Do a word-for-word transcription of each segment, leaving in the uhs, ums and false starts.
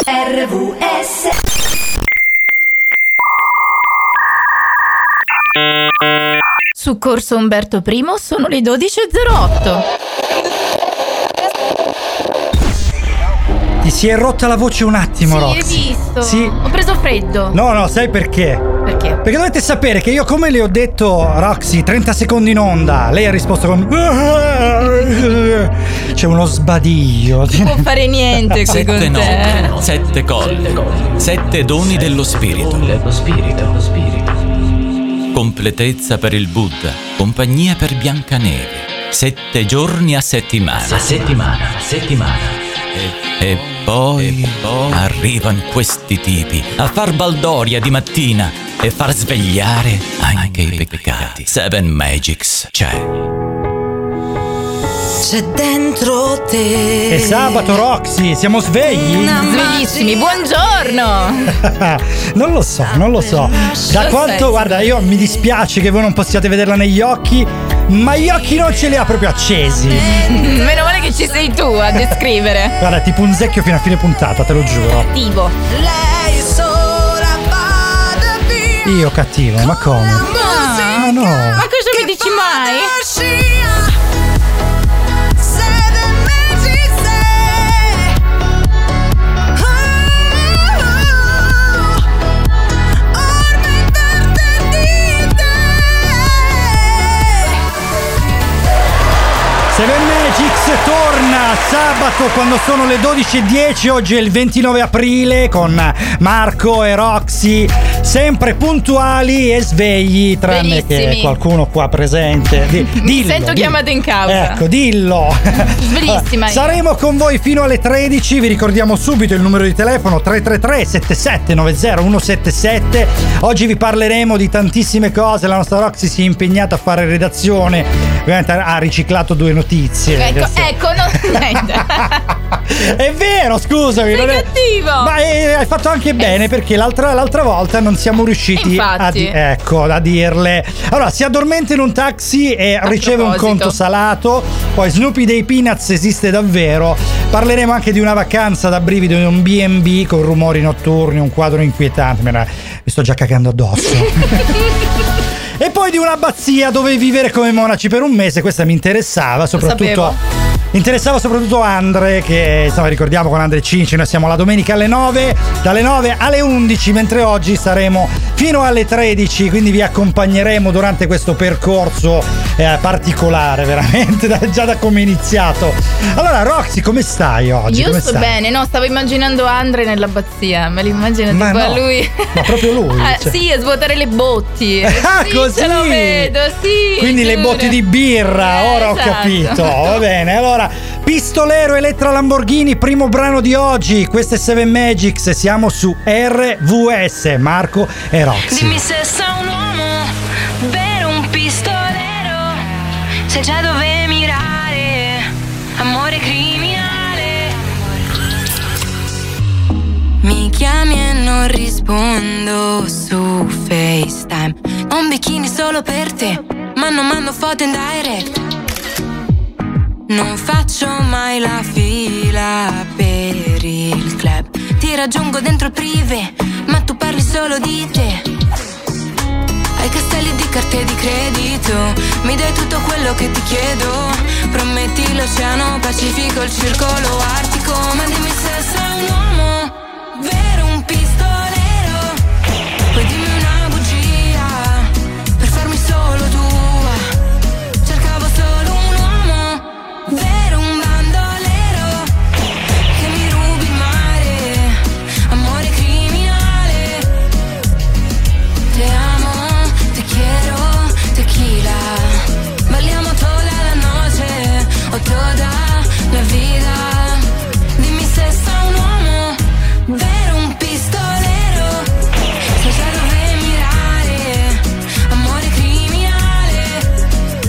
R V S. Su Corso Umberto I sono le dodici e zero otto. Ti si è rotta la voce un attimo, Sì, Roxy. hai visto? Sì. Ho preso freddo. No, no, sai perché? Perché? Perché dovete sapere che io, come le ho detto, Roxy, trenta secondi in onda, lei ha risposto con... C'è uno sbadiglio. Non può fare niente qui Sette con te. note, sette colli, sette doni dello spirito. Dello spirito, lo spirito. Completezza per il Buddha, compagnia per Biancaneve. Sette giorni a settimana. A settimana, a settimana. E, e poi, e poi arrivano questi tipi a far baldoria di mattina e far svegliare anche i peccati. Seven Magics c'è. C'è dentro te. È sabato, Roxy, siamo svegli? Sveglissimi, buongiorno. Non lo so, non lo so. Da Lo quanto, sai. guarda, io mi dispiace che voi non possiate vederla negli occhi, ma gli occhi non ce li ha proprio accesi. Meno male che ci sei tu a descrivere. Guarda, tipo un secchio fino a fine puntata, te lo giuro. Cattivo. Lei sola vada via. Io cattivo, ma come? Ma, Ma no. ma cosa mi dici mai? Seven Magics torna sabato quando sono le dodici e dieci. Oggi è il ventinove aprile con Marco e Roxy, sempre puntuali e svegli, tranne Benissimi. che qualcuno qua presente. Di, Mi dillo, sento dillo. chiamata in causa. Ecco, dillo. Bellissima io. Saremo con voi fino alle tredici. Vi ricordiamo subito il numero di telefono tre tre tre sette sette nove zero uno sette sette. Oggi vi parleremo di tantissime cose. La nostra Roxy si è impegnata a fare redazione. Ovviamente ha riciclato due notizie. Ecco, Adesso- ecco, no, niente. È vero, scusami. Sei non è- cattivo. Ma eh, hai fatto anche bene, perché l'altra, l'altra volta non siamo riusciti Infatti. a, di- ecco, a dirle. Allora, si addormenta in un taxi e A riceve un proposito. conto salato. Poi Snoopy dei Peanuts esiste davvero. Parleremo anche di una vacanza da brivido in un B and B con rumori notturni, un quadro inquietante. Me la- mi sto già cagando addosso. E poi di un'abbazia dove vivere come monaci per un mese. Questa mi interessava, soprattutto sapevo. interessava soprattutto Andre, che insomma ricordiamo con Andre Cinci noi siamo la domenica alle nove, dalle nove alle undici, mentre oggi saremo fino alle tredici, quindi vi accompagneremo durante questo percorso eh, particolare, veramente, da- già da come è iniziato. Allora Roxy, come stai oggi? Io Come sto stai? bene, no, stavo immaginando Andre nell'abbazia, me l'immagino Ma tipo no, a lui. ma proprio lui, Ah, cioè. sì, a svuotare le botti. Ah, Sì, così! ce lo vedo, sì. Quindi le giuro. botti di birra, Eh, ora ho esatto. capito. Va bene, allora, Pistolero Elettra Lamborghini, primo brano di oggi. Questo è Seven Magics, siamo su R V S, Marco e Roxy. Dimmi se sei un uomo vero, un pistolero, sai già dove mirare, amore criminale. Mi chiami e non rispondo su FaceTime, ho un bikini solo per te, ma non mando foto in direct. Non faccio mai la fila per il club, ti raggiungo dentro il privé, ma tu parli solo di te. Hai castelli di carte di credito, mi dai tutto quello che ti chiedo. Prometti l'oceano Pacifico, il circolo artico, ma dimmi se sei un uomo vero, un pistolero. Poi dimmi una bugia per farmi solo tua. Cercavo solo un uomo vero, un bandolero, che mi rubi il mare, amore criminale. Te amo, te quiero, tequila, balliamo toda la noche o toda la vida. Dimmi se sei un uomo vero, un pistolero, sai già dove mirare, amore criminale.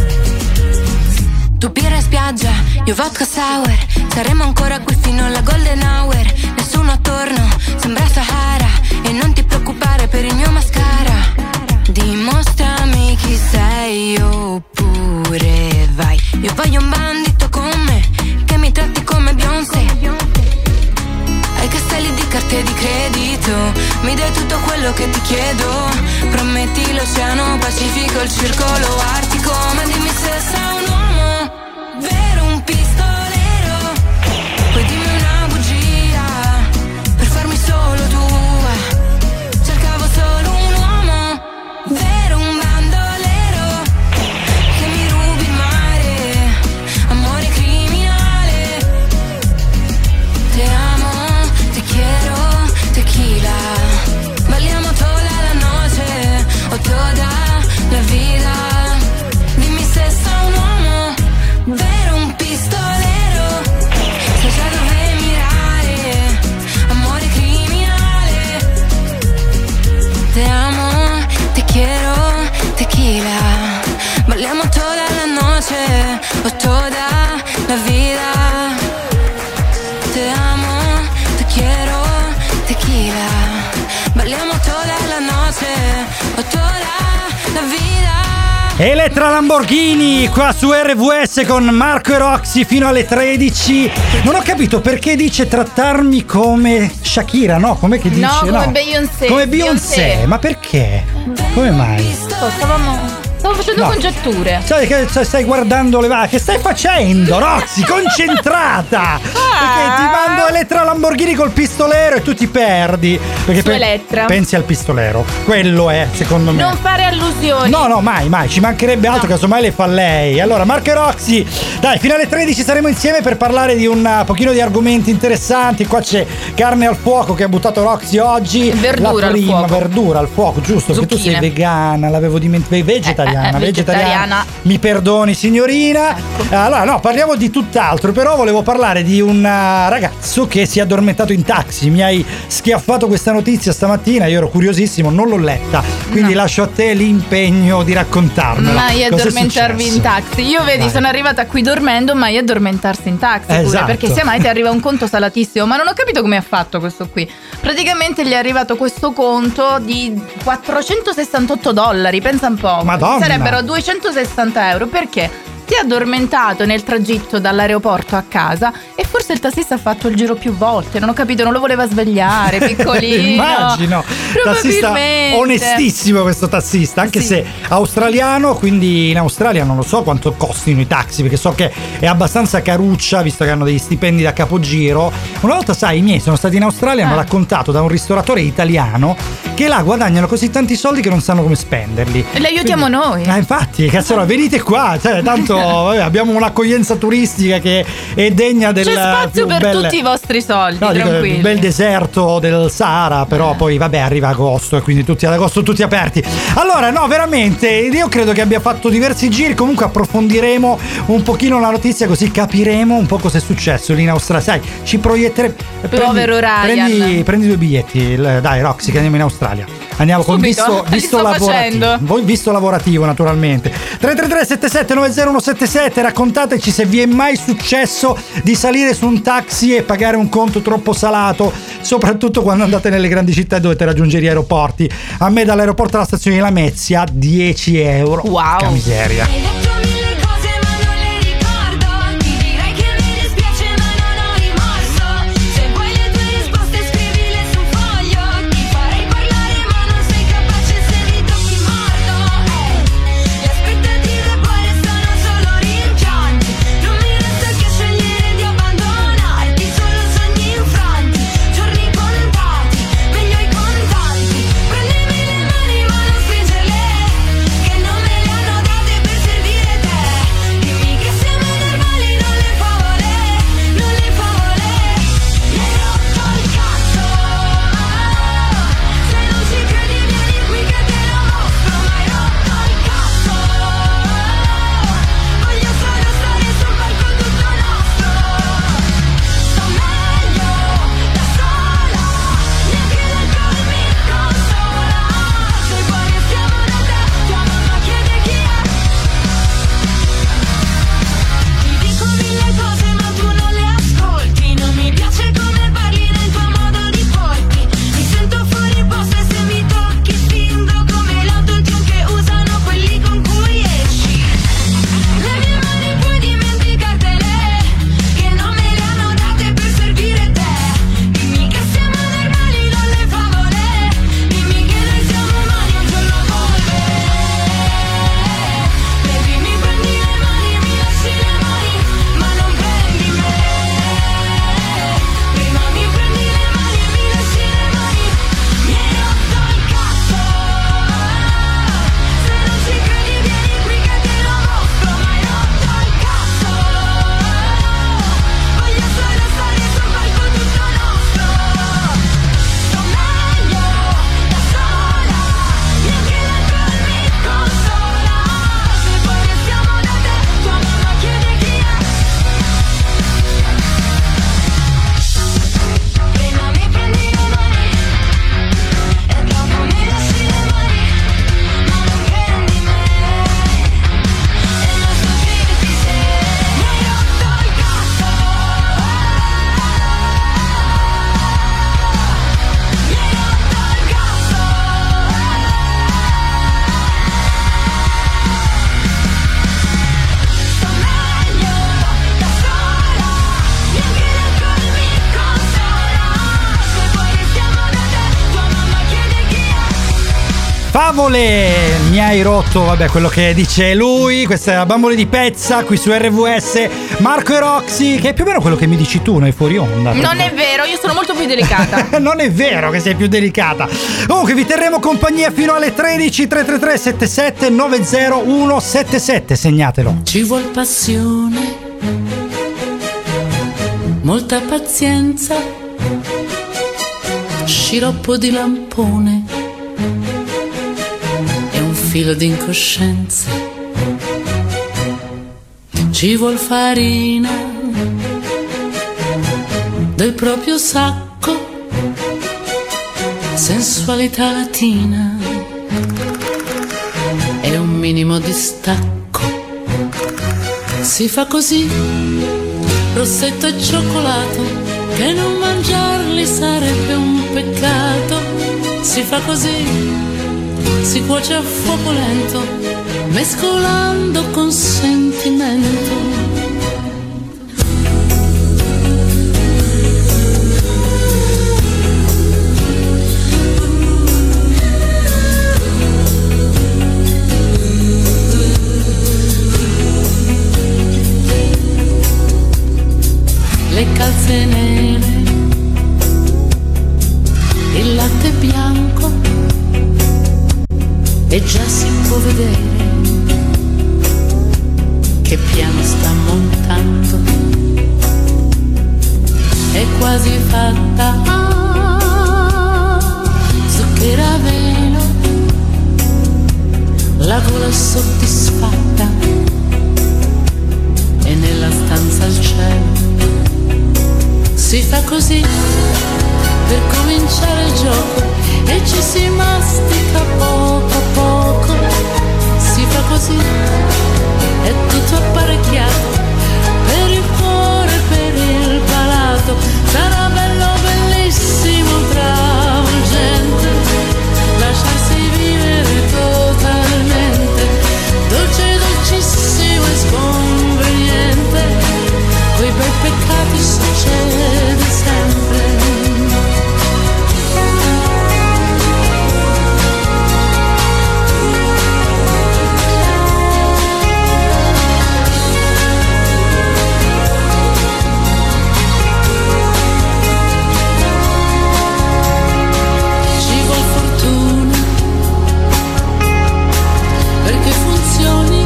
Tu birra in spiaggia, io vodka sour, saremo ancora qui fino alla golden hour. Nessuno attorno, sembra Sahara, e non ti preoccupare per il mio mascara. Dimostrami chi sei oppure vai. Io voglio un bandito con me, che mi tratti come Beyoncé. Hai castelli di carta carte di credito, mi dai tutto quello che ti chiedo. Prometti l'oceano Pacifico, il circolo artico, ma dimmi se sei un uomo vero, un pistolero. Poi dimmi una bugia per farmi solo tua. Cercavo solo un uomo vero, un bandolero che mi rubi il mare, amore criminale. Te amo, te quiero, tequila. Balliamo toda la noche o toda la vida. Dimmi se sei un uomo vero, un pistolero. Sai già dove mirare, amore criminale. Te amo, te quiero, tequila. Balliamo toda la noche o toda la vida. Te amo, te quiero, tequila. Balliamo toda la noche o toda la vida. Elettra Lamborghini qua su R V S con Marco e Roxy fino alle tredici. Non ho capito perché dice trattarmi come Shakira, no? Com'è che dice? No, come Beyoncé. Come Beyoncé. Beyoncé. Ma perché? Come mai? Stavamo, stavo facendo No. congetture. Sai che cioè, stai guardando le varie. Che stai facendo, Roxy? Concentrata! Perché ti mando Elettra Lamborghini col pistolero e tu ti perdi. Perché Su Elettra. pensi al pistolero. Quello è, secondo me. Non fare allusioni. No, no, mai, mai, ci mancherebbe altro, casomai le fa lei. Allora, Marco e Roxy, dai, fino alle tredici saremo insieme per parlare di un uh, pochino di argomenti interessanti. Qua c'è carne al fuoco che ha buttato Roxy oggi. Verdura La al prima, fuoco. verdura al fuoco, giusto? Che tu sei Zucchine. vegana, l'avevo dimenticato. Vegetariana, Eh, eh, eh, vegetariana. Mi perdoni, signorina. Ecco. Allora, no, parliamo di tutt'altro, però volevo parlare di un uh, ragazzo che si è addormentato in taxi. Mi hai schiaffato questa notizia stamattina, io ero curiosissimo, non l'ho letta, quindi No. lascio a te l'impegno di raccontarmela. Mai Cos'è addormentarvi successo? in taxi. Io vedi, Dai. sono arrivata qui dormendo, mai addormentarsi in taxi pure. Esatto. Perché se mai ti arriva un conto salatissimo, ma non ho capito come ha fatto questo qui. Praticamente gli è arrivato questo conto di quattrocentosessantotto dollari, pensa un po'. Madonna. Sarebbero duecentosessanta euro. Perché? Si è addormentato nel tragitto dall'aeroporto a casa e forse il tassista ha fatto il giro più volte, non ho capito, non lo voleva svegliare, piccolino. Immagino. Tassista Probabilmente. onestissimo questo tassista, anche Sì. se australiano, quindi in Australia non lo so quanto costino i taxi, perché so che è abbastanza caruccia, visto che hanno degli stipendi da capogiro. Una volta, sai, i miei sono stati in Australia, hanno Ah. raccontato da un ristoratore italiano che là guadagnano così tanti soldi che non sanno come spenderli. E le aiutiamo Quindi- noi. Ah, infatti, cazzo, venite qua, cioè, tanto vabbè, abbiamo un'accoglienza turistica che è degna del C'è spazio più per bel- tutti i vostri soldi, No, dico, tranquilli. il bel deserto del Sahara, però poi vabbè arriva agosto e quindi tutti ad agosto tutti aperti. Allora no, veramente io credo che abbia fatto diversi giri, comunque approfondiremo un pochino la notizia così capiremo un po' cosa è successo lì in Australia. Sai, ci proietteremo. Povero Ryan. Prendi, prendi due biglietti, il- dai Roxy, che andiamo in Australia. Andiamo con Subito? visto, Li visto sto lavorativo. facendo. Voi visto lavorativo naturalmente. tre tre tre sette sette nove zero uno sette sette, raccontateci se vi è mai successo di salire su un taxi e pagare un conto troppo salato, soprattutto quando andate nelle grandi città e dovete raggiungere gli aeroporti. A me dall'aeroporto alla stazione di Lamezia dieci euro. Wow. Che miseria. Hai detto mille cose ma non le ricordo. Ti direi che mi dispiace ma non ho rimorso. Se vuoi le tue risposte scrivile su un foglio. Ti farei parlare ma non sei capace se mi tocchi morto. Eh, le aspettative poi restano solo rimpianti. Non mi resta che scegliere di abbandonarti. Solo sogni infranti, giorni contati, meglio i contanti. Prendimi le mani ma non stringerle, che non me le hanno date per servire te. Favole, mi hai rotto, vabbè, quello che dice lui. Questa è la Bambole di Pezza qui su R V S. Marco e Roxy, che è più o meno quello che mi dici tu, noi fuori onda. Non è vero, io sono molto più delicata. Non è vero che sei più delicata. Comunque vi terremo compagnia fino alle tredici. Tre tre tre sette sette nove zero uno sette sette, segnatelo. Ci vuol passione, molta pazienza, sciroppo di lampone e un filo di incoscienza. Ci vuol farina del proprio sacco, sensualità latina e un minimo di stacco. Si fa così, rossetto e cioccolato, che non mangiarli sarebbe un peccato. Si fa così, si cuoce a fuoco lento, mescolando con sentimento. Le calze nere, il latte bianco, e già si può vedere che piano sta montando. È quasi fatta, ah, zucchero a velo, la gola soddisfatta, e nella stanza al cielo. Si fa così per cominciare il gioco e ci si mastica poco a poco. Si fa così, è tutto apparecchiato per il cuore e per il palato. Sarà bello, bellissimo, travolgente, lasciarsi vivere totalmente, dolce, dolcissimo e sconveniente. Quei bei peccati succede sempre. Ci vuol fortuna perché funzioni,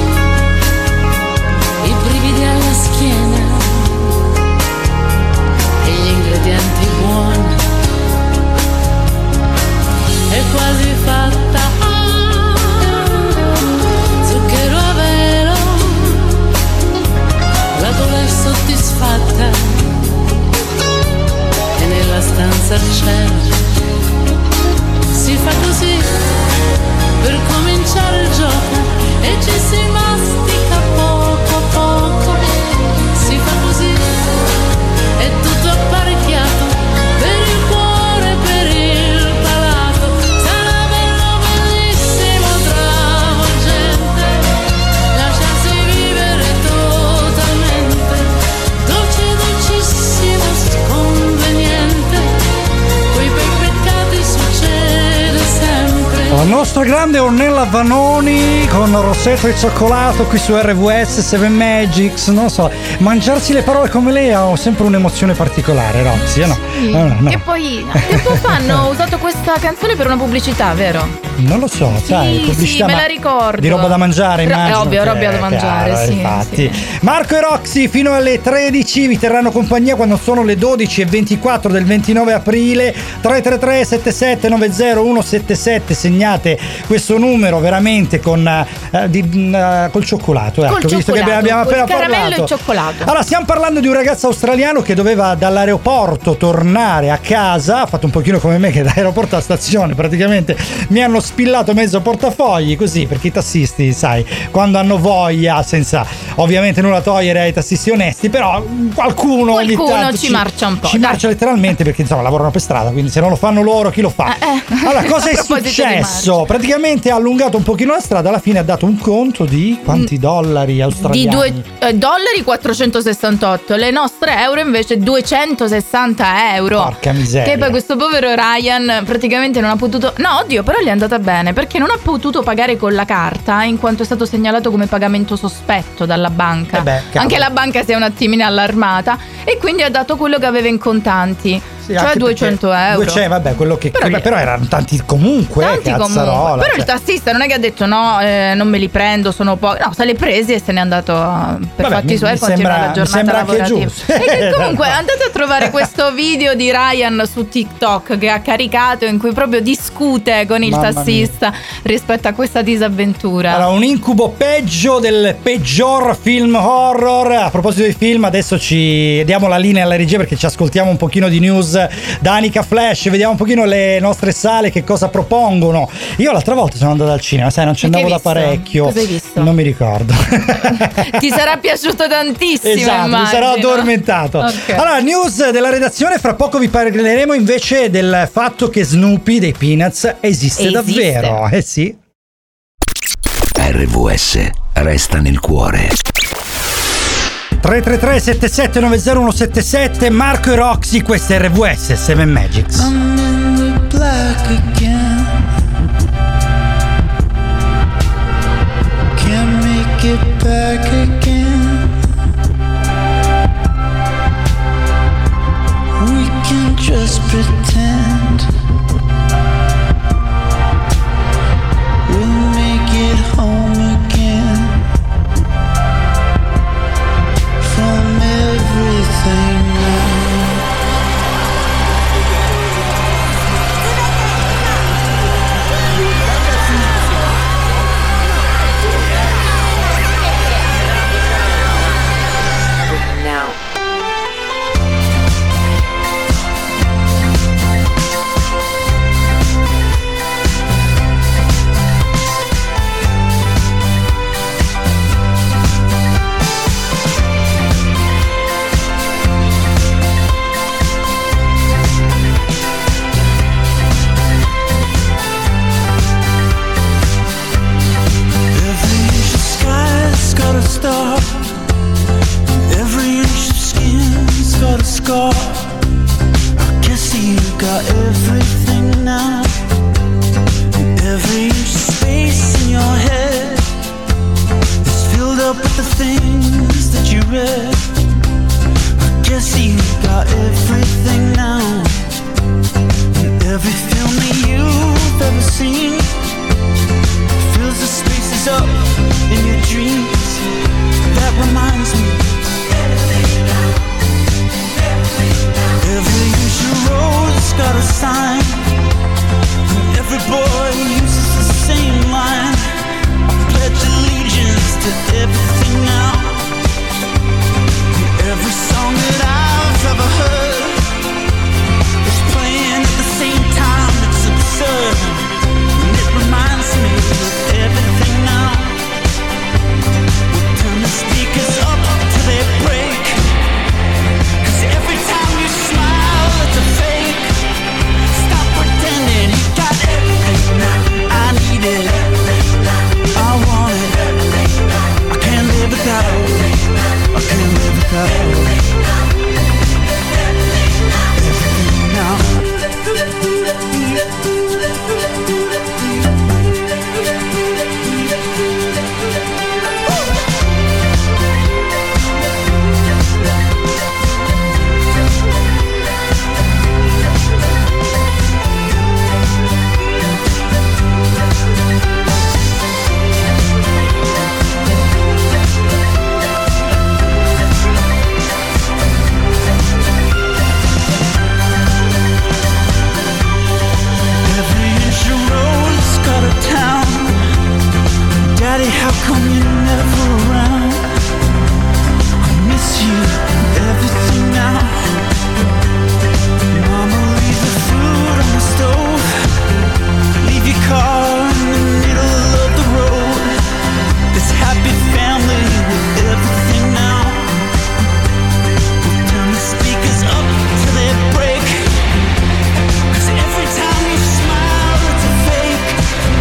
i brividi alla schiena e gli ingredienti buoni. È quasi fatta, zucchero a velo, la gola è soddisfatta e nella stanza al cielo. Si fa così per cominciare il gioco e ci si mastica poco a poco. Si fa così, è tutto apparecchiato per il cuore e per il palato. Sarà bello, bellissimo, travolgente, lasciarsi vivere totalmente, dolce, dolcissimo, sconveniente. Quei bei peccati succede sempre. La nostra grande Ornella Vanoni con rossetto e cioccolato qui su R V S Seven Magics. Non so, mangiarsi le parole come lei ha sempre un'emozione particolare, Roxy, no? Sì. No, no. E poi tempo fa hanno usato questa canzone per una pubblicità, vero? Non lo so, Sì, sai, sì, pubblicità, me ma la ricordo. di roba da mangiare, Ro- è immagino. ovvio, che- roba da mangiare, chiaro, sì, infatti. sì. Marco e Roxy fino alle tredici vi terranno compagnia quando sono le dodici e ventiquattro del ventinove aprile. Tre tre tre sette sette nove zero uno sette sette, segnate questo numero veramente con eh, di, eh, col cioccolato, ecco, Col visto cioccolato, che abbiamo col appena caramello parlato. e cioccolato. Allora, stiamo parlando di un ragazzo australiano che doveva dall'aeroporto tornare a casa. Ha fatto un pochino come me, che da aeroporto a stazione praticamente mi hanno spillato mezzo portafogli, così, perché i tassisti, sai, quando hanno voglia, senza ovviamente nulla togliere ai tassisti onesti, però qualcuno ogni Qualcuno tanto ci marcia un po', ci dai. marcia letteralmente, perché insomma lavorano per strada, quindi se non lo fanno loro chi lo fa? Eh, eh. Allora, cosa A è proposito di successo? Adesso praticamente ha allungato un pochino la strada, alla fine ha dato un conto di quanti dollari australiani? Di due eh, dollari quattrocentosessantotto, le nostre euro invece duecentosessanta euro. Porca miseria. Che poi questo povero Ryan praticamente non ha potuto. No, oddio, però gli è andata bene perché non ha potuto pagare con la carta in quanto è stato segnalato come pagamento sospetto dalla banca. Eh beh, Anche la banca si è un attimino allarmata e quindi ha dato quello che aveva in contanti. Sì, cioè anche duecento perché- euro. duecento, vabbè, quello che Però- però, però erano tanti comunque, Tanti eh, comunque. cazzarola, Però cioè. il tassista non è che ha detto no, eh, non me li prendo, sono pochi. No, se li presi e se n'è andato eh, per Vabbè, fatti mi- suoi mi e continua sembra- la mi giornata sembra anche lavorativa. giusto. E che comunque andate a trovare questo video di Ryan su TikTok che ha caricato in cui proprio discute con il Mamma tassista rispetto a questa disavventura. Allora, un incubo peggio del peggior film horror. A proposito di film, adesso ci diamo la linea alla regia perché ci ascoltiamo un pochino di news da Anica Flash, vediamo un pochino le nostre sale che cosa propongono. Io l'altra volta sono andato al cinema, sai, non ci E che andavo hai da visto? parecchio. Cosa hai visto? Non mi ricordo. Ti sarà piaciuto tantissimo. Esatto, mi sarò immagino. addormentato. Ok. Allora, news della redazione, fra poco vi parleremo invece del fatto che Snoopy dei Peanuts esiste, Esiste. davvero. Eh sì. R V S resta nel cuore. tre tre tre sette sette nove zero uno sette sette, Marco e Roxy, questa è R V S Seven Magics. I'm in the black again. Can't make it back again. We can just pretend we'll make it home again. From everything now. Every inch of sky's got a star. Every inch of skin's got a scar. I guess you got everything now. Every inch of space in your head is filled up with the things that you read. I guess you got everything now. And every film that you've ever seen fills the spaces up in your dreams. That reminds me. Every inch of road's got a sign, and every boy uses the same line. Pledge allegiance to everything now. And every song that I've ever heard is playing at the same time. It's absurd. And it reminds me of everything now. We'll turn the speakers up till they break. 'Cause every time you smile, it's a fake. Stop pretending you got everything now. I need it. I want it. I can't live without it. I can't live without it. Everything now. Every inch of road's got a town. Daddy, how come you're never around? I miss you and everything now. Mama, leave the food on the stove. Leave your car in the middle of the road. This happy family with everything now. We'll turn the speakers up till they break. 'Cause every time you smile, it's a fake.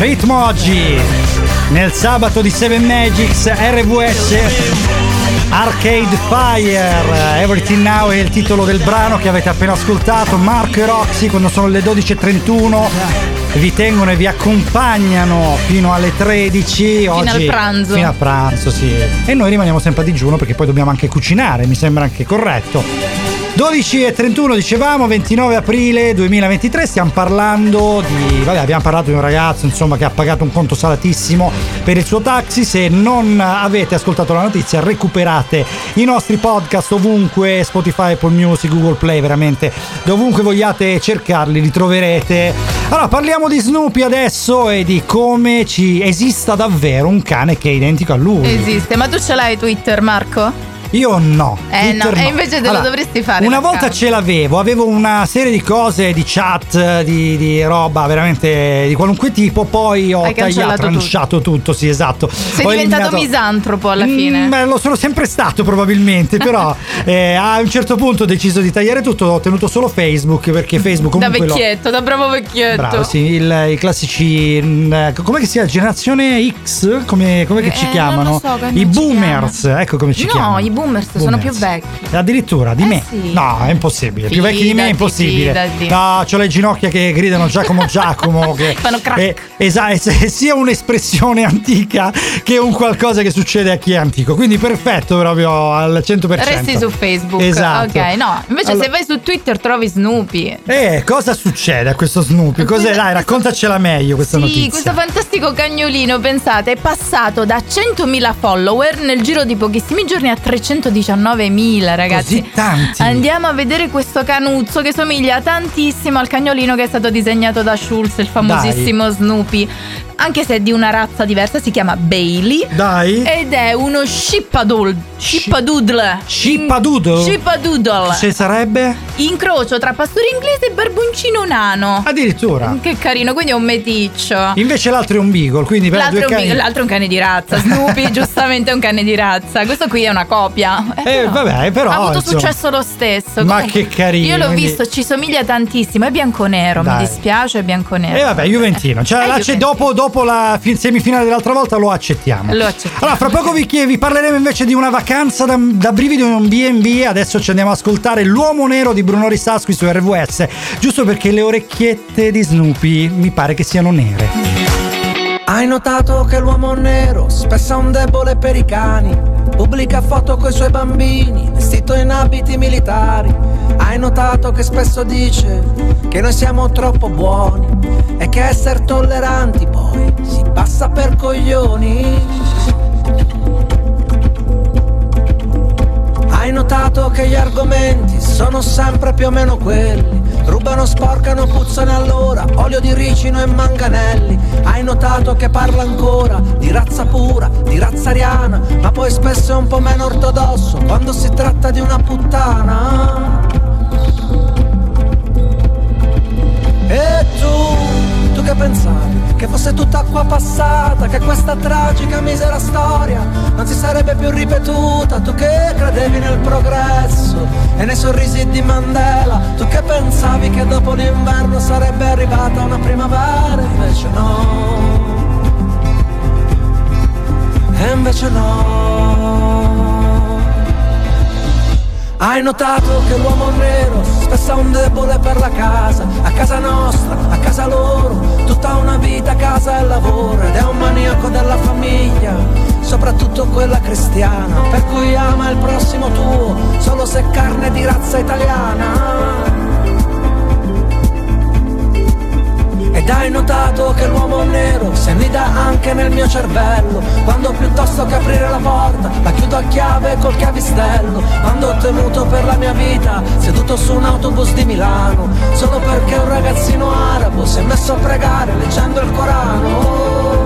Ritmo oggi nel sabato di Seven Magics R V S Arcade Fire. Everything Now è il titolo del brano che avete appena ascoltato. Marco e Roxy, quando sono le dodici e trentuno, vi tengono e vi accompagnano fino alle tredici. Fino oggi, al pranzo. Fino a pranzo, sì. E noi rimaniamo sempre a digiuno perché poi dobbiamo anche cucinare, mi sembra anche corretto. dodici e trentuno dicevamo, ventinove aprile duemilaventitré, stiamo parlando di, vabbè, abbiamo parlato di un ragazzo insomma che ha pagato un conto salatissimo per il suo taxi. Se non avete ascoltato la notizia, recuperate i nostri podcast ovunque, Spotify, Apple Music, Google Play, veramente dovunque vogliate cercarli li troverete. Allora parliamo di Snoopy adesso e di come ci esista davvero un cane che è identico a lui. Esiste, ma tu ce l'hai Twitter, Marco? Io no. Eh no, Twitter e invece te allora, lo dovresti fare. Una volta ce l'avevo, avevo una serie di cose, di chat, di, di roba veramente di qualunque tipo, poi ho Hai tagliato, tranciato tutto. tutto, sì, esatto. Sei ho diventato eliminato... misantropo alla fine. Mm, beh, lo sono sempre stato probabilmente, però eh, a un certo punto ho deciso di tagliare tutto, ho tenuto solo Facebook perché Facebook comunque da vecchietto, lo... da bravo vecchietto. Bravo, sì, il, i classici come che si chiama? Generazione X? Come, come che ci eh, chiamano? Non so, I boomers, ecco come ci no, chiamano. No, i boomers, boomers sono più vecchi. Addirittura di eh me? Sì. No, è impossibile. Più vecchi di me è impossibile. Fidati. No, c'ho le ginocchia che gridano Giacomo Giacomo. Che fanno crack. È, esatto, è sia un'espressione antica che un qualcosa che succede a chi è antico. Quindi perfetto, proprio al cento per cento. Resti su Facebook. Esatto. Ok, no, invece allora, se vai su Twitter trovi Snoopy. Eh, cosa succede a questo Snoopy? Cos'è? Dai, raccontacela meglio questa sì, notizia. Sì, questo fantastico cagnolino, pensate, è passato da centomila follower nel giro di pochissimi giorni a trecentodiciannovemila, ragazzi. Così tanti. Andiamo a vedere questo canuzzo che somiglia tantissimo al cagnolino che è stato disegnato da Schulz, il famosissimo Dai. Snoopy. Anche se è di una razza diversa, si chiama Bailey. Dai. Ed è uno Shippadoodle. Shippadoodle. Shippadoodle? Shippadoodle. Se sarebbe? Incrocio tra pastore inglese e barboncino nano. Addirittura. Che carino, quindi è un meticcio. Invece l'altro è un beagle, quindi per l'altro, due cani... l'altro è un cane di razza. Snoopy giustamente è un cane di razza. Questo qui è una copia. Eh, eh vabbè, però ha avuto insomma... successo lo stesso. Ma comunque, che carino. Io l'ho quindi... visto, ci somiglia tantissimo. È bianconero, Dai. mi dispiace, è bianconero. E eh, vabbè, Juventino. Cioè, eh, la Juventino. Dopo, dopo la semifinale dell'altra volta lo accettiamo. Lo accettiamo. Allora, fra poco vi, vi parleremo invece di una vacanza da, da brivido in un B and B. Adesso ci andiamo ad ascoltare L'Uomo Nero di Bruno Risasqui su R V S. Giusto perché le orecchiette di Snoopy mi pare che siano nere. Hai notato che l'uomo nero spesso è un debole per i cani? Pubblica foto coi suoi bambini, vestito in abiti militari. Hai notato che spesso dice che noi siamo troppo buoni e che essere tolleranti poi si passa per coglioni? Hai notato che gli argomenti sono sempre più o meno quelli? Rubano, sporcano, puzzano allora, olio di ricino e manganelli. Hai notato che parla ancora di razza pura, di razza ariana, ma poi spesso è un po' meno ortodosso quando si tratta di una puttana? E tu, tu che pensavi? Che fosse tutta acqua passata, che questa tragica misera storia non si sarebbe più ripetuta. Tu che credevi nel progresso e nei sorrisi di Mandela, tu che pensavi che dopo l'inverno sarebbe arrivata una primavera, invece no, e invece no. Hai notato che l'uomo nero spesso è un debole per la casa, a casa nostra, a casa loro, tutta una vita a casa e lavoro, ed è un maniaco della famiglia, soprattutto quella cristiana, per cui ama il prossimo tuo solo se è carne di razza italiana. Ed hai notato che l'uomo nero si annida anche nel mio cervello, quando piuttosto che aprire la porta la chiudo a chiave col chiavistello, quando ho tenuto per la mia vita seduto su un autobus di Milano, solo perché un ragazzino arabo si è messo a pregare leggendo il Corano.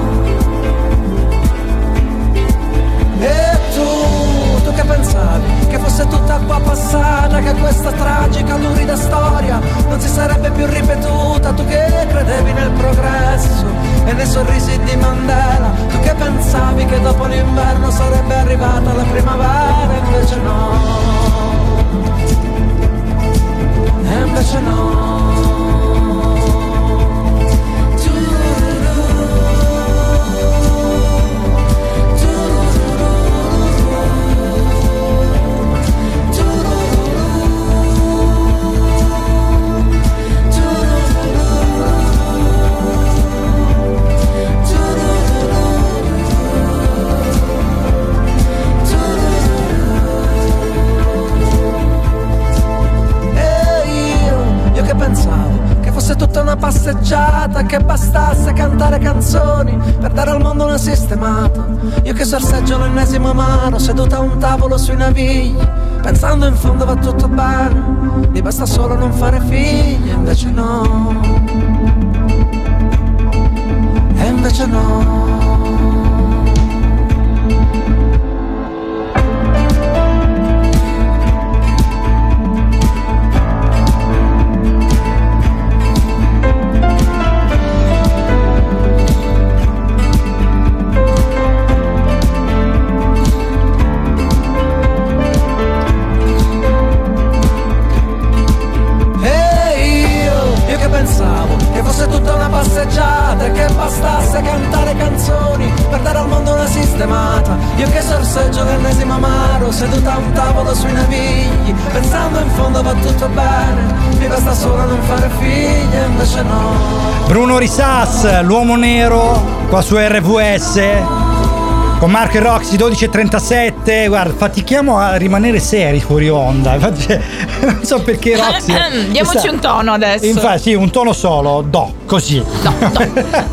E tu, tu che pensavi? Che fosse tutta acqua passata, che questa tragica, lurida storia non si sarebbe più ripetuta. Tu che credevi nel progresso e nei sorrisi di Mandela, tu che pensavi che dopo l'inverno sarebbe arrivata la primavera, invece no, e invece no. passeggiata, che bastasse cantare canzoni per dare al mondo una sistemata. Io che sorseggio l'ennesimo amaro, seduta a un tavolo sui navigli, pensando in fondo va tutto bene, mi basta solo non fare figli, e invece no, e invece no. E che bastasse cantare canzoni per dare al mondo una sistemata. Io che sorseggio l'ennesimo amaro, seduta a un tavolo sui navigli, pensando in fondo va tutto bene, mi basta solo non fare figli, e invece no. Bruno Risas, l'uomo nero, qua su R V S con Marco e Roxy, dodici e trentasette. Guarda, fatichiamo a rimanere seri fuori onda. Infatti, non so perché Roxy. Diamoci questa... un tono adesso. Infatti, sì, un tono solo. Do, così. Do, do.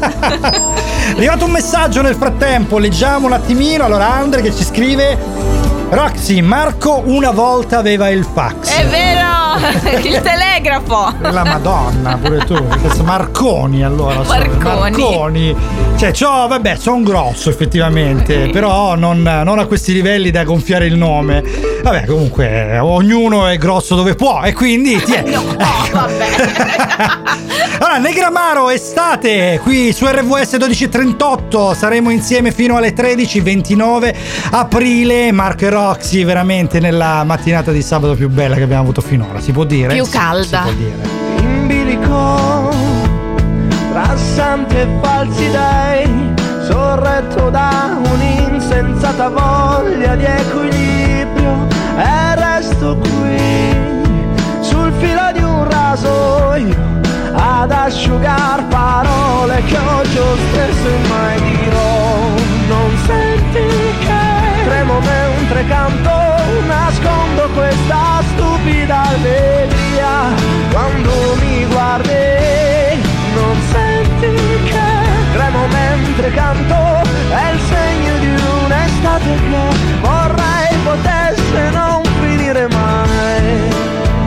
È arrivato un messaggio nel frattempo, leggiamo un attimino. Allora, Andre che ci scrive: Roxy, Marco una volta aveva il fax. È vero, il telegrafo. La Madonna, pure tu. Marconi, allora. Marconi. Marconi. Cioè, ciò, vabbè, sono grosso effettivamente, però non, non a questi livelli da gonfiare il nome. Vabbè, comunque, ognuno è grosso dove può, e quindi ti è. No, vabbè. Allora, Negramaro, estate, qui su R V S dodici e trentotto, saremo insieme fino alle tredici, ventinove aprile. Marco e Roxy, veramente nella mattinata di sabato più bella che abbiamo avuto finora, si può dire? Più si, calda. Si può dire. In bilico, tra santi e falsi dei, sorretto da un'insensata voglia di equilibrio, e resto qui sul filo di un rasoio ad asciugar parole che oggi ho spesso e mai dirò. Non senti che tremo mentre canto, nascondo questa stupida allegria quando mi guardi. Non senti che tremo mentre canto, è il segno di un'estate che vorrei potesse non finire mai.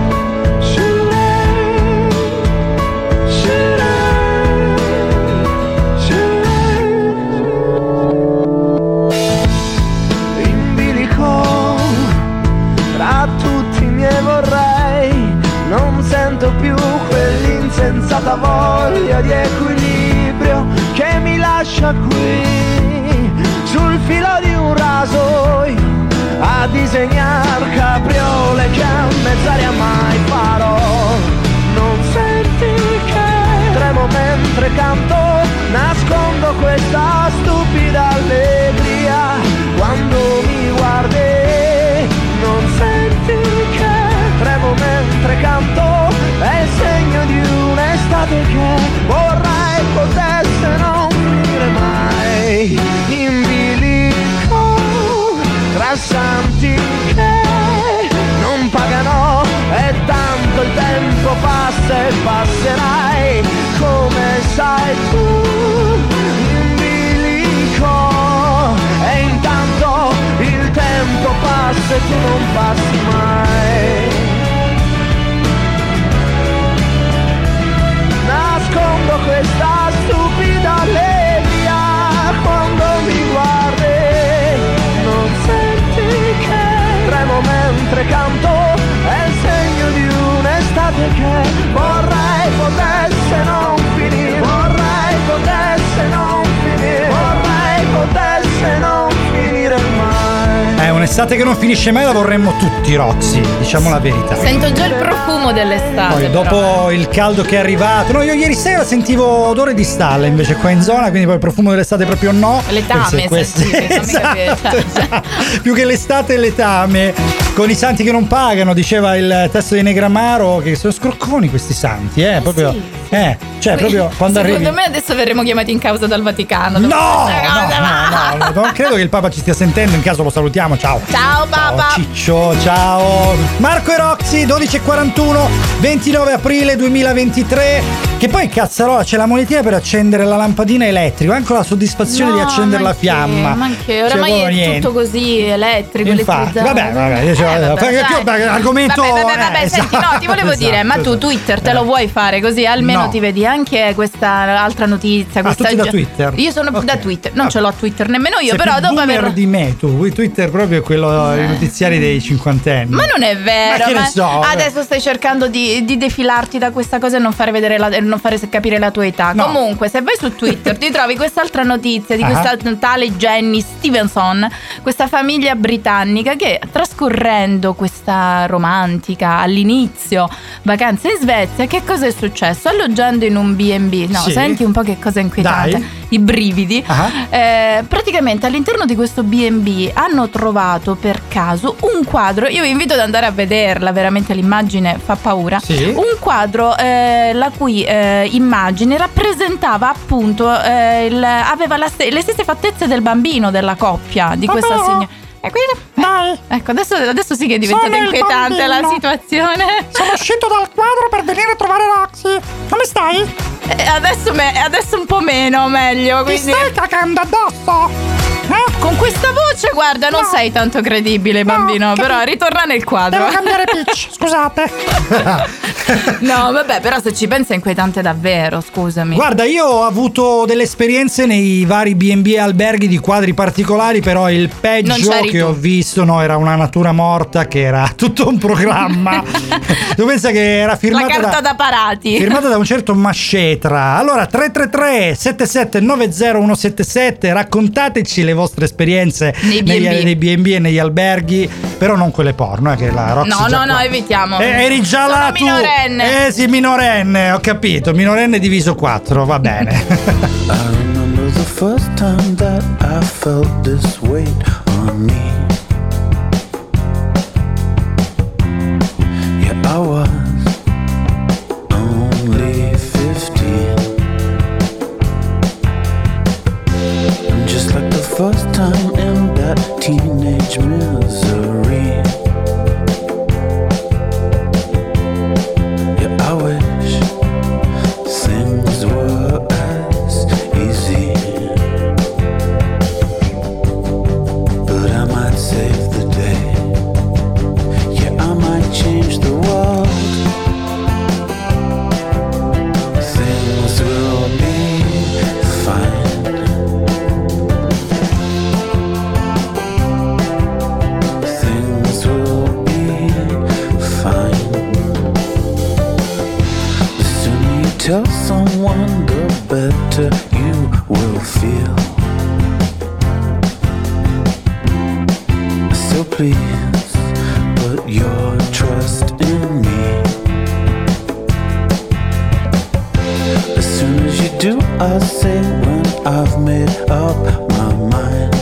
In bilico, tra tutti i miei vorrei, non sento più quell'insensata voglia di equilibrio che mi lascia qui sul filo di un rasoio a disegnar capriole che a mezz'aria mai farò. Non senti che tremo mentre canto, nascondo questa stupida allegria quando mi guardi. Non senti che tremo mentre canto, è il segno di un'estate che vorrei potesse non finire mai. In bilico, tra santi che non pagano, e tanto il tempo passa e passerai, come sai tu. In bilico, e intanto il tempo passa e tu non passi mai. Nascondo questa stupida allegria quando mi guardi. Non senti che tremo mentre canto, è il segno di un'estate che vorrei potesse non finire. Vorrei potesse non finire. Vorrei potesse non finire mai. È un'estate che non finisce mai, la vorremmo tutti, Roxy, diciamo la verità. Sento già il profumo dell'estate. Poi dopo però. il caldo che è arrivato, no, io ieri sera sentivo odore di stalla invece qua in zona, quindi poi il profumo dell'estate proprio no. Letame queste, sentite, esatto, esatto. Più che l'estate è letame, con i santi che non pagano, diceva il testo di Negramaro, che sono scrocconi questi santi, eh, proprio, sì. eh, cioè proprio quando Secondo arrivi. me adesso verremo chiamati in causa dal Vaticano. No, no, no, no, non credo che il Papa ci stia sentendo, in caso lo salutiamo, ciao. Ciao Papa. Ciao Ciccio, ciao. Marco e Roxy, dodici e quarantuno, ventinove aprile duemilaventitré. Che poi cazzarola c'è la monetina per accendere la lampadina elettrica, anche la soddisfazione No, di accendere ma la che- fiamma. Ma che Cioè, oramai proprio è niente. tutto così elettrico, Infatti, elettrizzato. vabbè, vabbè, io ce l'ho- Eh, vabbè, perché dai. più- perché argomento- Vabbè, vabbè, vabbè, eh, senti, no, ti volevo esatto, dire, ma tu esatto. Twitter te lo vuoi fare così? Almeno No. ti vedi anche questa altra notizia. Ah, Questa tutti da gio- Twitter? Io sono da Twitter, non ce l'ho Twitter nemmeno io, Sei però più dopo boomer aver. di me, tu, vuoi Twitter proprio è quello i notiziari dei cinquantenni. Ma non è vero, Ma che ne so, adesso stai cercando di, di defilarti da questa cosa e non fare vedere la, e non fare capire la tua età. No. Comunque, se vai su Twitter ti trovi quest'altra notizia di Ah. questa tale Jenny Stevenson, questa famiglia britannica che trascorrendo questa romantica all'inizio vacanza in Svezia, che cosa è successo? Alloggiando in un B and B, no, Sì. senti un po' che cosa inquietante. Dai. I brividi. Ah. Eh, praticamente all'interno di questo B and B hanno trovato per caso un quadro. Io vi invito ad andare a vederla, veramente l'immagine fa paura. Sì. Un quadro eh, la cui eh, immagine rappresentava appunto eh, il, aveva la ste- le stesse fattezze del bambino della coppia di questa Papà. signora. E quindi Dai. ecco, adesso, adesso sì che è diventata Sono il inquietante la bambino. situazione. Sono uscito dal quadro per venire a trovare Roxy. Come stai? Eh, adesso, me- adesso un po' meno, meglio. Mi Quindi stai cagando addosso? Eh? con questa voce, guarda, non No. sei tanto credibile, bambino. capito. Però ritorna nel quadro. Devo cambiare pitch, scusate. No, vabbè, però se ci pensa è inquietante davvero, scusami. Guarda, io ho avuto delle esperienze nei vari B and B e alberghi di quadri particolari, però il Non peggio c'eri che tu. ho visto no, era una natura morta che era tutto un programma. Tu pensa che era La firmata carta da, da parati. firmata da un certo Mascetra. Allora tre tre tre sette sette nove zero uno sette sette, raccontateci le vostre esperienze Nei B and B. negli- nei B and B e negli alberghi, però non quelle porno, eh, che la Roxy No, già no, no, qua. evitiamo. Eh, eri già Sono là tu. minorenne. Eh sì, minorenne, ho capito. Minorenne diviso quattro, va bene. I remember the first time that I felt this weight on me. Yeah, I was only fifteen. And just like the first time in that teenage misery. Yeah, I wish things were as easy. But I might save the day. Yeah, I might change the world. Things will be fine. Things will be fine. The sooner you tell someone, the better you will feel. So please put your trust in me. As soon as you do, I'll say when I've made up my mind.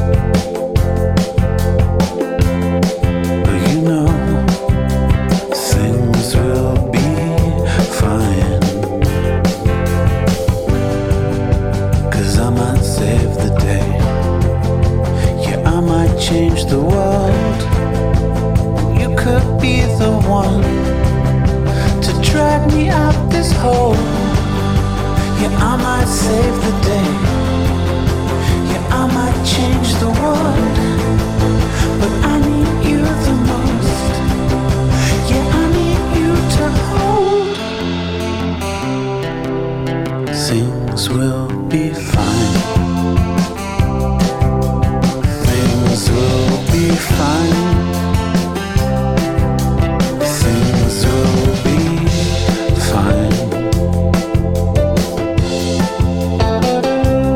But you know, things will be fine. 'Cause I might save the day. Yeah, I might change the world. You could be the one to drag me out this hole. Yeah, I might save the day. Yeah, I might change the world. But I need you the most. Yeah, I need you to hold. Things will be fine. Things will be fine. Things will be fine.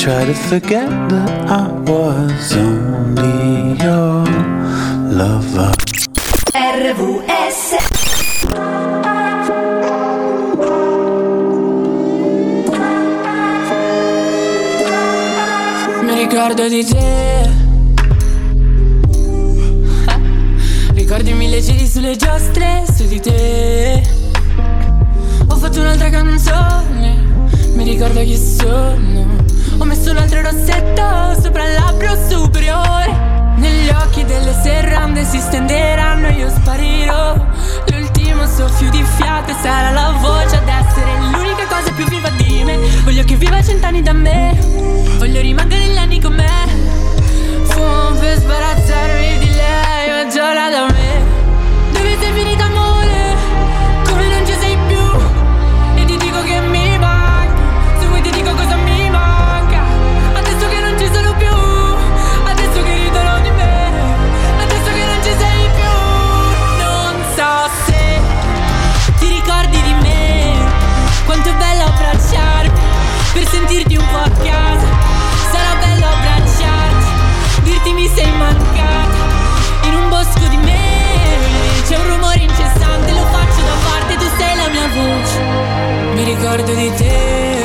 try to forget that I was only your lover. R V S. Mi ricordo di te. Ricordi mille giri sulle giostre su di te. Ho fatto un'altra canzone. Mi ricordo chi sono. Ho messo un altro rossetto sopra il labbro superiore. Negli occhi delle serrande si stenderanno e io sparirò. L'ultimo soffio di fiato sarà la voce ad essere l'unica cosa più viva di me. Voglio che viva cent'anni da me. Voglio rimanere negli anni con me. Fumo per sbarazzarmi di lei, ma giora da me. Dove sei finita amore? Come non ci sei più? E ti dico che mi manchi. Se vuoi ti dico cosa mi manca. Adesso che non ci sono più. Adesso che ridono di me. Adesso che non ci sei più. Non so se ti ricordi di me. Quanto è bello abbracciarmi per sentirti un po' a casa. Sarà bello abbracciarti, dirti mi sei mancata. In un bosco di me c'è un rumore incessante, lo faccio da parte, tu sei la mia voce. Mi ricordo di te.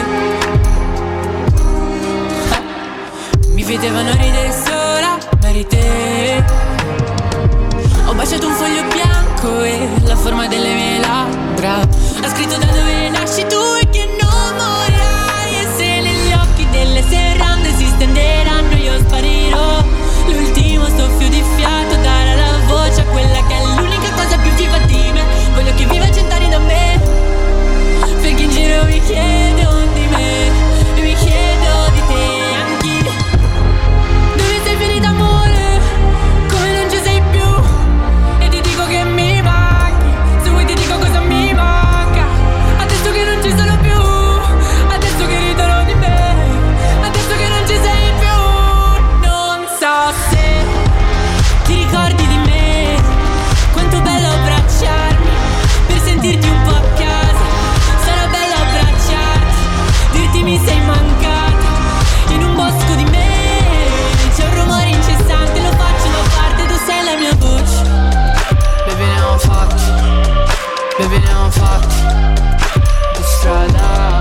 Mi vedevano ridere sola, ma eri te. Ho baciato un foglio bianco e la forma delle mie labbra ha scritto da dove nasci tu e che non morirai. E se negli occhi delle serrande si stenderanno io sparirò. L'ultimo soffio di fiato darà la voce a quella che è l'unica cosa più viva di me. Voglio che viva cent'anni da me. Perché in giro mi chiedo di me e mi chiedo di te anche. Dove sei finita amore? Come non ci sei più? E ti dico che mi manchi. Se vuoi ti dico cosa mi manca. Adesso che non ci sono più. Adesso che ridono di me. Adesso che non ci sei più. Non so se ti ricordi di me. Quanto bello abbracciarmi per sentirti un po' a casa. Sarà bello abbracciarti, dirti mi sei mancata. In un bosco di me c'è un rumore incessante, lo faccio da parte, tu sei la mia voce. Baby ne ho fatti, baby ne ho fatti di strada.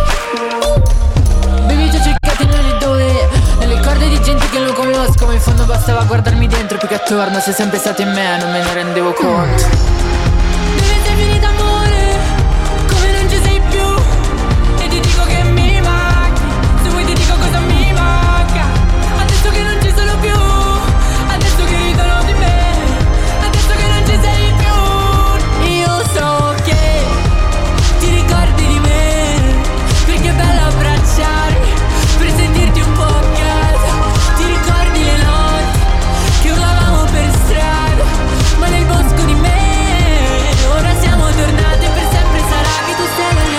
Baby ti ho cercati nelle dove, nelle corde di gente che non conosco, ma in fondo bastava guardarmi dentro più che attorno. Sei sempre stato in me, non me ne rendevo conto. Dove sei finita amore? Come non ci sei più? E ti dico che mi manchi. Se vuoi ti dico cosa mi manca. Adesso che non ci sono più. Adesso che ridono di me. Adesso che non ci sei più. Io so che ti ricordi di me. Perché è bello abbracciarmi per sentirti un po' a casa. Ti ricordi le notti che urlavamo per strada, ma nel bosco di me. Ora siamo tornate, per sempre sarà che tu sei la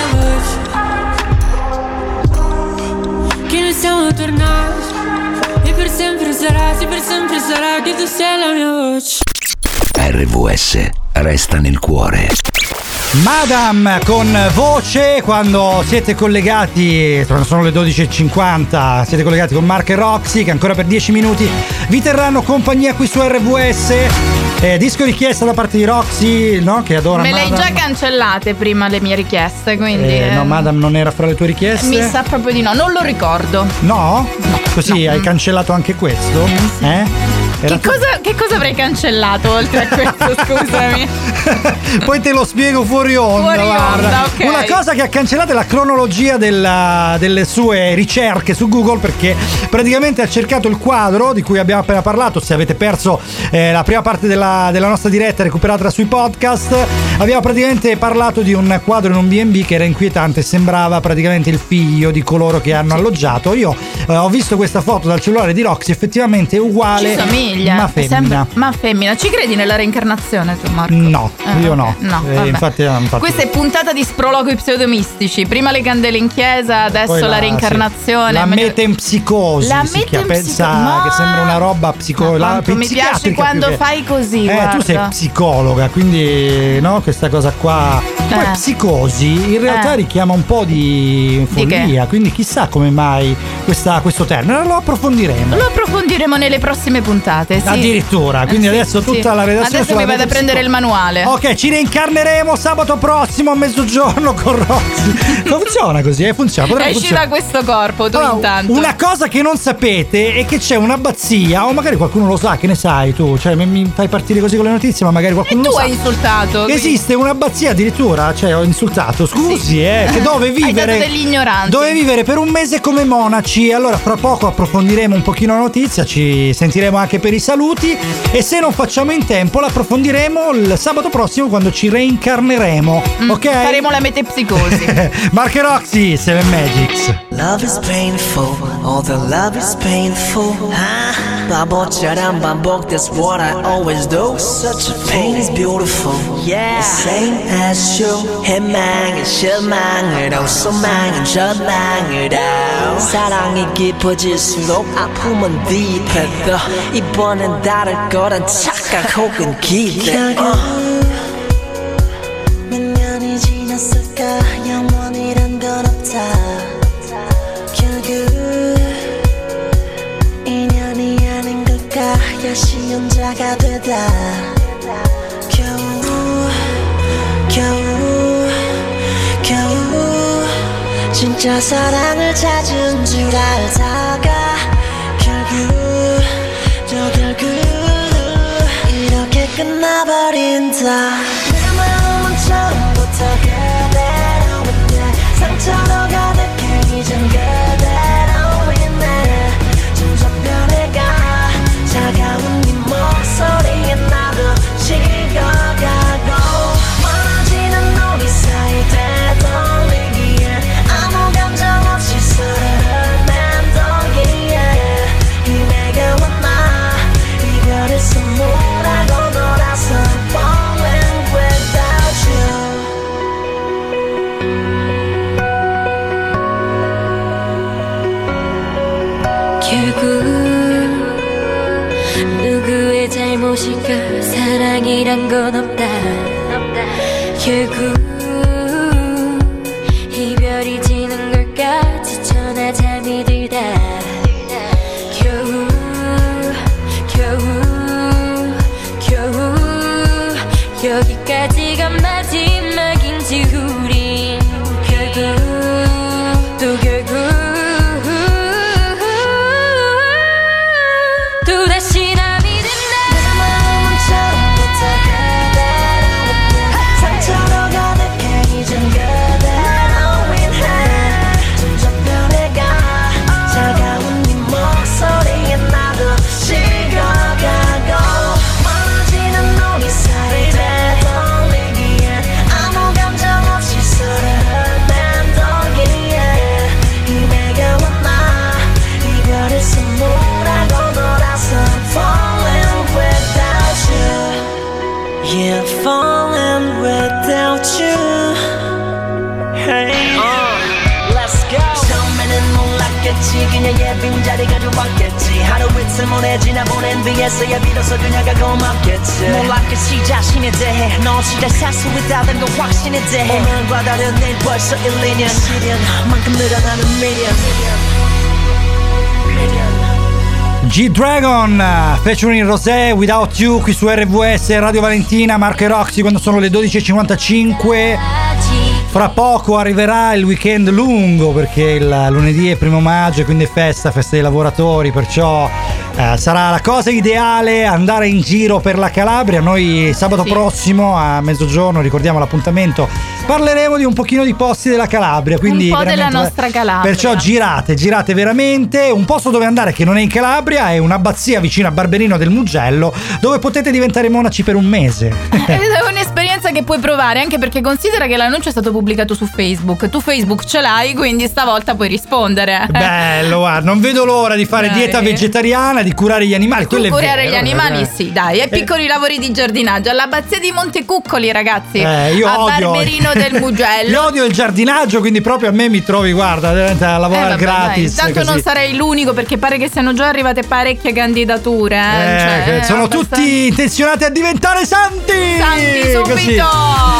mia voce. Che noi siamo tornati e per sempre sarà, sì per sempre sarà che tu sei la mia voce. R V S resta nel cuore. Madame con Voce, quando siete collegati, sono le dodici e cinquanta, siete collegati con Mark e Roxy che ancora per dieci minuti vi terranno compagnia qui su R V S. Eh, disco richiesta da parte di Roxy, no? Che adora Me Madame. le hai già cancellate prima le mie richieste, quindi Eh, no, ehm, Madame non era fra le tue richieste? mi sa proprio di no, non lo ricordo. No? Così hai cancellato anche questo? Eh? Era Che cosa, che cosa avrei cancellato oltre a questo, scusami? Poi te lo spiego fuori onda, Fuori guarda. onda, ok. Una cosa che ha cancellato è la cronologia della- delle sue ricerche su Google, perché praticamente ha cercato il quadro di cui abbiamo appena parlato. Se avete perso eh, la prima parte della, della nostra diretta, recuperatela sui podcast. Abbiamo praticamente parlato di un quadro in un B and B che era inquietante, sembrava praticamente il figlio di coloro che hanno alloggiato. Io eh, ho visto questa foto dal cellulare di Roxy, effettivamente è uguale Ci somiglia. famiglia. Ma È femmina. sempre- ma femmina. Ci credi nella reincarnazione tu, Marco? No, Ah, io ok. no. No, Eh, vabbè. infatti, eh, infatti- Questa è puntata di sproloqui pseudomistici. Prima le candele in chiesa, adesso Poi la, reincarnazione. sì. La Meglio- metempsicosi. La si chiama. metempsico- Pensa Ma- che sembra una roba psicologica. Quanto mi piace quando fai così, Eh, tu sei guarda. psicologa, quindi no, questa cosa qua. Poi Eh. psicosi in realtà Eh. richiama un po' di Di che? follia, quindi chissà come mai questa- questo termine. Lo approfondiremo. Lo approfondiremo nelle prossime puntate. Sì. Addirittura, quindi Eh, sì, adesso sì. tutta la redazione Adesso sulla mi vado a metempsico- prendere il manuale. Ok, ci reincarneremo sabato prossimo a mezzogiorno con Rossi. Funziona così, eh? Funziona. potrebbe Esci funzionare. da questo corpo, tu Allora, intanto. Una cosa che non sapete è che c'è un'abbazia, o magari qualcuno lo sa, che ne sai tu? Cioè, mi, mi fai partire così con le notizie, ma magari qualcuno Tu lo sa. hai insultato. Che esiste un'abbazia addirittura, cioè ho insultato, scusi, eh, che dove Hai vivere dato degli ignoranti. dove vivere per un mese come monaci. Allora fra poco approfondiremo un pochino la notizia, ci sentiremo anche per i saluti e se non facciamo in tempo l'approfondiremo il sabato prossimo quando ci reincarneremo, ok? Mm, Faremo la metempsicosi. Mark e Roxy, Seven Magics. Love is painful, all the love is painful. Huh? 바보처럼 반복, that's what I always do. Such a pain is beautiful, yeah. The same as you. 희망은 실망으로, 소망은 절망으로. 사랑이 깊어질수록 아픔은 딥해져. 이번엔 다를 거란 착각 혹은 기대. 몇 년이 지났을까, 영원이란 건 없다. 결국 인연이 아닌 걸까, 여시 혼자가 되다. 겨우 겨우 겨우 진짜 사랑을 찾은 줄 알다가 결국 또 결국 이렇게 끝나버린다. 내 마음은 처음부터 그대로인데 상처로 가득해 이젠 그대로이네. 점점 변해가 차가운 네 목소리에 나도 식어가고 멀어지는 우리 사이 되돌리기에 아무 감정 없이 서로를 맴돌기에 기회가 왔나 이별의 선물하고 돌아서 falling without you. 결국 누구의 잘못일까, 사랑이란 건 없다. 결국 이별이 지는 걸까, 지쳐나 잠이 들다. 겨우 겨우 겨우 여기까지가 마지막인지 우린 결국 또 결국 또다시 남이 된다. 내 마음은 처음부터 그대로인데 상처로 가득해 이젠 그대로인해. 점점 변해가 차가운 네 목소리에 나도 식어가고 멀어지는 우리 사이 되돌리기에 아무 감정 없이 서로를 맴돌기에 기회가 왔나 이별의 선물하고 돌아서 falling without you. Yeah, falling without you. Hey, uh, let's go. 처음에는 몰랐겠지, 그녀의 빈자리가 좋았겠지. 하루 이틀 보내지나 보낸 뒤에서야 비로소 그녀가 고맙겠지. 몰랐겠지 자신에 대해, 너 진짜 살 수 있다는 건 확신에 대해. 오늘과 다른 내일 벌써 일, 이 년 시련만큼 늘어나는 미련. G-Dragon featuring Rosé, Without You, qui su R V S Radio Valentina, Marco e Roxy, quando sono le dodici e cinquantacinque. Fra poco arriverà il weekend lungo, perché il lunedì è primo maggio, quindi è festa, festa dei lavoratori, perciò eh, sarà la cosa ideale andare in giro per la Calabria. Noi sabato Sì. prossimo a mezzogiorno, ricordiamo l'appuntamento, parleremo di un pochino di posti della Calabria, quindi Un po' della veramente- nostra Calabria. Perciò girate, girate veramente. Un posto dove andare che non è in Calabria è un'abbazia vicino a Barberino del Mugello, dove potete diventare monaci per un mese. È un'esperienza che puoi provare, anche perché considera che l'annuncio è stato pubblicato su Facebook. Tu Facebook ce l'hai, quindi stavolta puoi rispondere. Bello, guarda, non vedo l'ora di fare Dai. dieta vegetariana, di curare gli animali. Quello è Curare vero, gli animali, eh. sì, dai. E piccoli lavori di giardinaggio all'abbazia di Montecuccoli, ragazzi. Eh, io a odio Barberino del Mugello. Io odio il giardinaggio, quindi proprio a me mi trovi, guarda, veramente a lavorare Eh, vabbè, gratis. dai. Tanto così. non sarei l'unico, perché pare che siano già arrivate parecchie candidature. Eh, Eh, cioè, che sono abbastanza- tutti intenzionati a diventare santi. Santi Così. subito.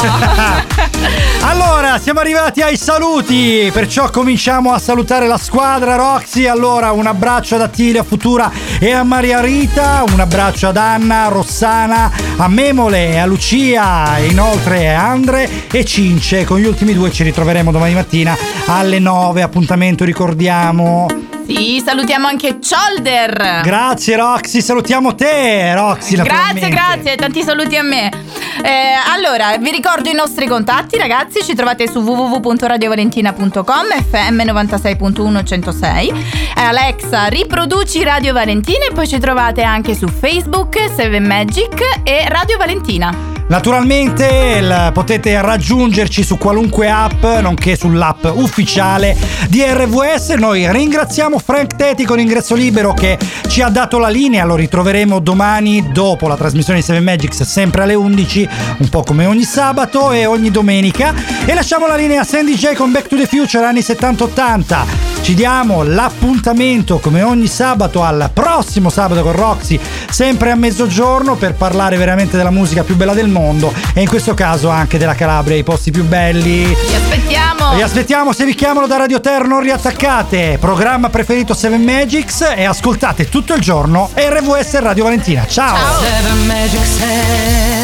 Allora, siamo arrivati ai saluti, perciò cominciamo a salutare la squadra Roxy. Allora, un abbraccio ad Attilio, a Futura e a Maria Rita, un abbraccio ad Anna, Rossana, a Memole e a Lucia, inoltre a Andre e Cince. Con gli ultimi due ci ritroveremo domani mattina alle nove. Appuntamento, ricordiamo. Sì, salutiamo anche Cholder. Grazie Roxy, salutiamo te Roxy. Grazie, naturalmente. grazie, tanti saluti a me. Eh, allora, vi ricordo i nostri contatti, ragazzi. Ci trovate su w w w punto radio valentina punto com, F M novantasei punto uno centosei. Eh, Alexa, riproduci Radio Valentina. E poi ci trovate anche su Facebook, Seven Magic e Radio Valentina. Naturalmente il- potete raggiungerci su qualunque app, nonché sull'app ufficiale di R V S. Noi ringraziamo Frank Teti con Ingresso Libero che ci ha dato la linea. Lo ritroveremo domani dopo la trasmissione di Seven Magics, sempre alle undici, un po' come ogni sabato e ogni domenica. E lasciamo la linea a Sandy J con Back to the Future anni settanta ottanta. Ci diamo l'appuntamento come ogni sabato al prossimo sabato con Roxy, sempre a mezzogiorno, per parlare veramente della musica più bella del mondo e in questo caso anche della Calabria, i posti più belli. Vi aspettiamo. Vi aspettiamo, se vi chiamano da Radio Terra non riattaccate. Programma preferito Seven Magics e ascoltate tutto il giorno R V S Radio Valentina. Ciao. Seven Magic Set.